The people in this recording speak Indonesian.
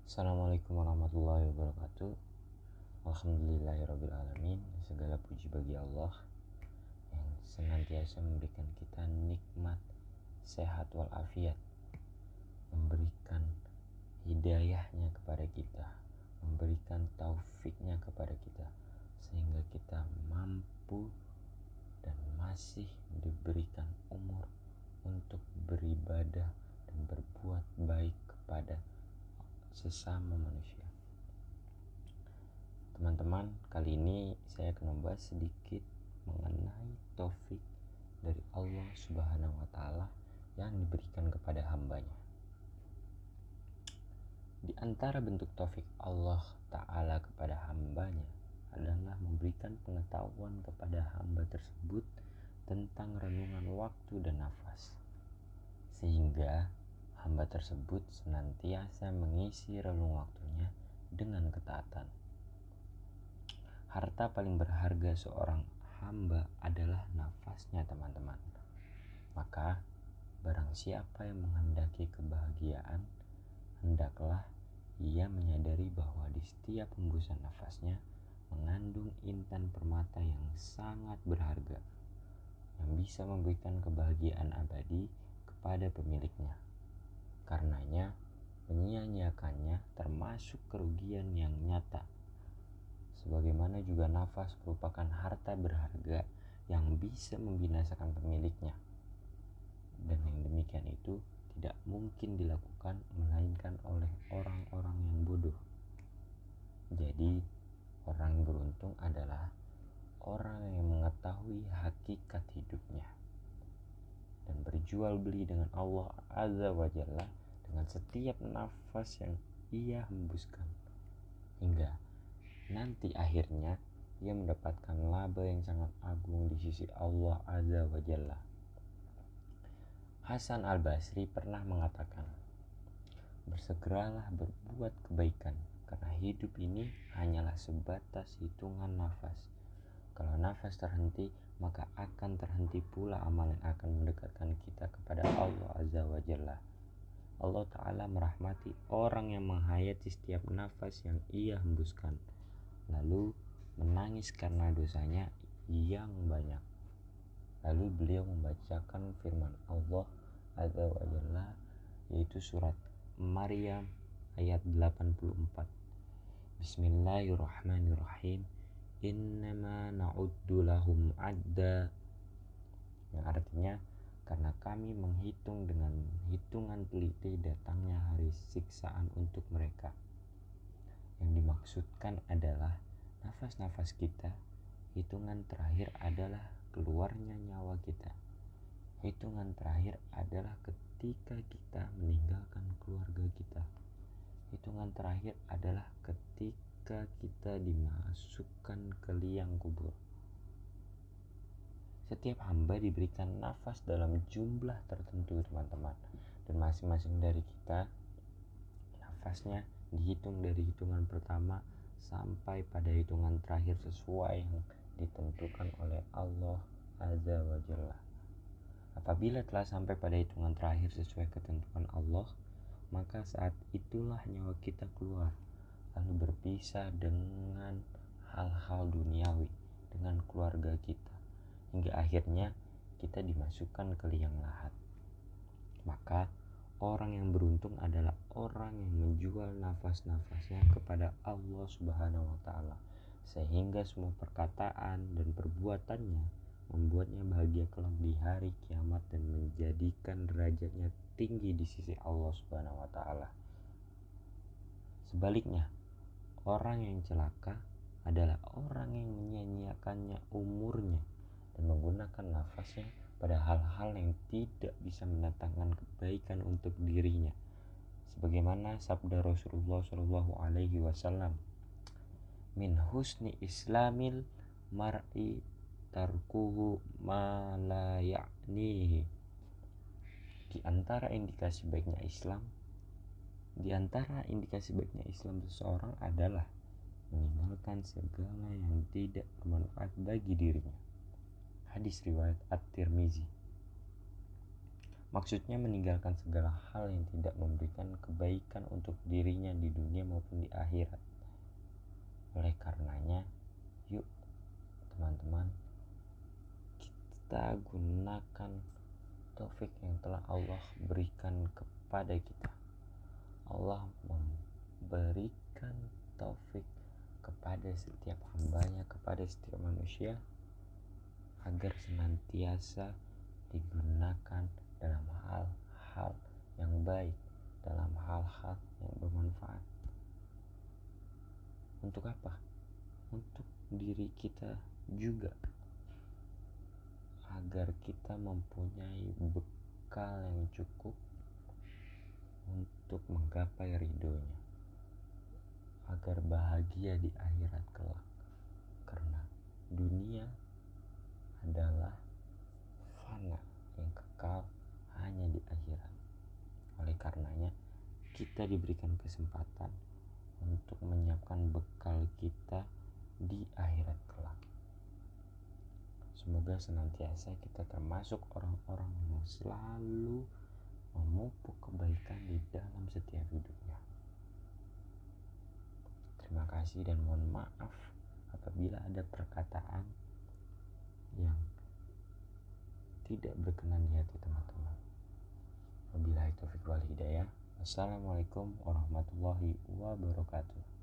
Assalamualaikum warahmatullahi wabarakatuh. Alhamdulillahirrabbilalamin. Segala puji bagi Allah yang senantiasa memberikan kita nikmat sehat walafiat, memberikan hidayahnya kepada kita, memberikan taufiknya kepada kita, sehingga kita mampu dan masih diberikan umur untuk beribadah dan berbuat baik kepada sesama manusia. Teman-teman, kali ini saya akan membahas sedikit mengenai taufik dari Allah Subhanahu wa Ta'ala yang diberikan kepada hambanya. Di antara bentuk taufik Allah Ta'ala kepada hambanya adalah memberikan pengetahuan kepada hamba tersebut tentang renungan waktu dan nafas, sehingga hamba tersebut senantiasa mengisi relung waktunya dengan ketaatan. Harta paling berharga seorang hamba adalah nafasnya, teman-teman. Maka barang siapa yang menghendaki kebahagiaan, hendaklah ia menyadari bahwa di setiap hembusan nafasnya mengandung intan permata yang sangat berharga, yang bisa memberikan kebahagiaan abadi kepada pemiliknya. Karenanya, menyia-nyiakannya termasuk kerugian yang nyata. Sebagaimana juga nafas merupakan harta berharga yang bisa membinasakan pemiliknya. Dan yang demikian itu tidak mungkin dilakukan melainkan oleh orang-orang yang bodoh. Jadi, orang yang beruntung adalah orang yang mengetahui hakikat hidupnya dan berjual beli dengan Allah Azza wa Jalla dengan setiap nafas yang ia hembuskan, hingga nanti akhirnya ia mendapatkan laba yang sangat agung di sisi Allah Azza wa Jalla. Hasan al-Basri pernah mengatakan, bersegeralah berbuat kebaikan, karena hidup ini hanyalah sebatas hitungan nafas. Kalau nafas terhenti, maka akan terhenti pula amal yang akan mendekatkan kita kepada Allah Azza wa Jalla. Allah Ta'ala merahmati orang yang menghayati setiap nafas yang ia hembuskan, lalu menangis karena dosanya yang banyak. Lalu beliau membacakan firman Allah Azza wa Jalla, yaitu surat Maryam ayat 84. Bismillahirrahmanirrahim. Innama na'uddu lahum adda, yang artinya karena kami menghitung dengan hitungan teliti datangnya hari siksaan untuk mereka. Yang dimaksudkan adalah nafas-nafas kita, hitungan terakhir adalah keluarnya nyawa kita. Hitungan terakhir adalah ketika kita meninggalkan keluarga kita. Hitungan terakhir adalah ketika kita dimasukkan ke liang kubur. Setiap hamba diberikan nafas dalam jumlah tertentu, teman-teman. Dan masing-masing dari kita nafasnya dihitung dari hitungan pertama sampai pada hitungan terakhir sesuai yang ditentukan oleh Allah Azza wa Jalla. Apabila telah sampai pada hitungan terakhir sesuai ketentuan Allah, maka saat itulah nyawa kita keluar, lalu berpisah dengan hal-hal duniawi, dengan keluarga kita, hingga akhirnya kita dimasukkan ke liang lahat. Maka orang yang beruntung adalah orang yang menjual nafas-nafasnya kepada Allah Subhanahu wa Ta'ala, sehingga semua perkataan dan perbuatannya membuatnya bahagia kelak di hari kiamat dan menjadikan derajatnya tinggi di sisi Allah Subhanahu wa Ta'ala. Sebaliknya, orang yang celaka adalah orang yang menyia-nyiakannya umurnya dan menggunakan nafasnya pada hal-hal yang tidak bisa mendatangkan kebaikan untuk dirinya. Sebagaimana sabda Rasulullah Shallallahu Alaihi Wasallam, min husni islamil mar'i tarkuhu ma la ya'nihi. Di antara indikasi baiknya Islam seseorang adalah meninggalkan segala yang tidak bermanfaat bagi dirinya. Hadis riwayat At-Tirmizi. Maksudnya meninggalkan segala hal yang tidak memberikan kebaikan untuk dirinya di dunia maupun di akhirat. Oleh karenanya, yuk teman-teman, kita gunakan taufik yang telah Allah berikan kepada kita. Allah memberikan taufik kepada setiap hambanya, kepada setiap manusia, agar senantiasa digunakan dalam hal-hal yang baik, dalam hal-hal yang bermanfaat. Untuk apa? Untuk diri kita juga, agar kita mempunyai bekal yang cukup untuk menggapai ridhonya, agar bahagia di akhirat kelak. Karena dunia adalah fana yang kekal hanya di akhirat. Oleh karenanya, kita diberikan kesempatan untuk menyiapkan bekal kita di akhirat kelak. Semoga senantiasa kita termasuk orang-orang yang selalu memupuk kebaikan di dalam setiap hidupnya. Terima kasih dan mohon maaf apabila ada perkataan yang tidak berkenan di hati teman-teman. Wabillahi taufiq wal hidayah. Wassalamualaikum warahmatullahi wabarakatuh.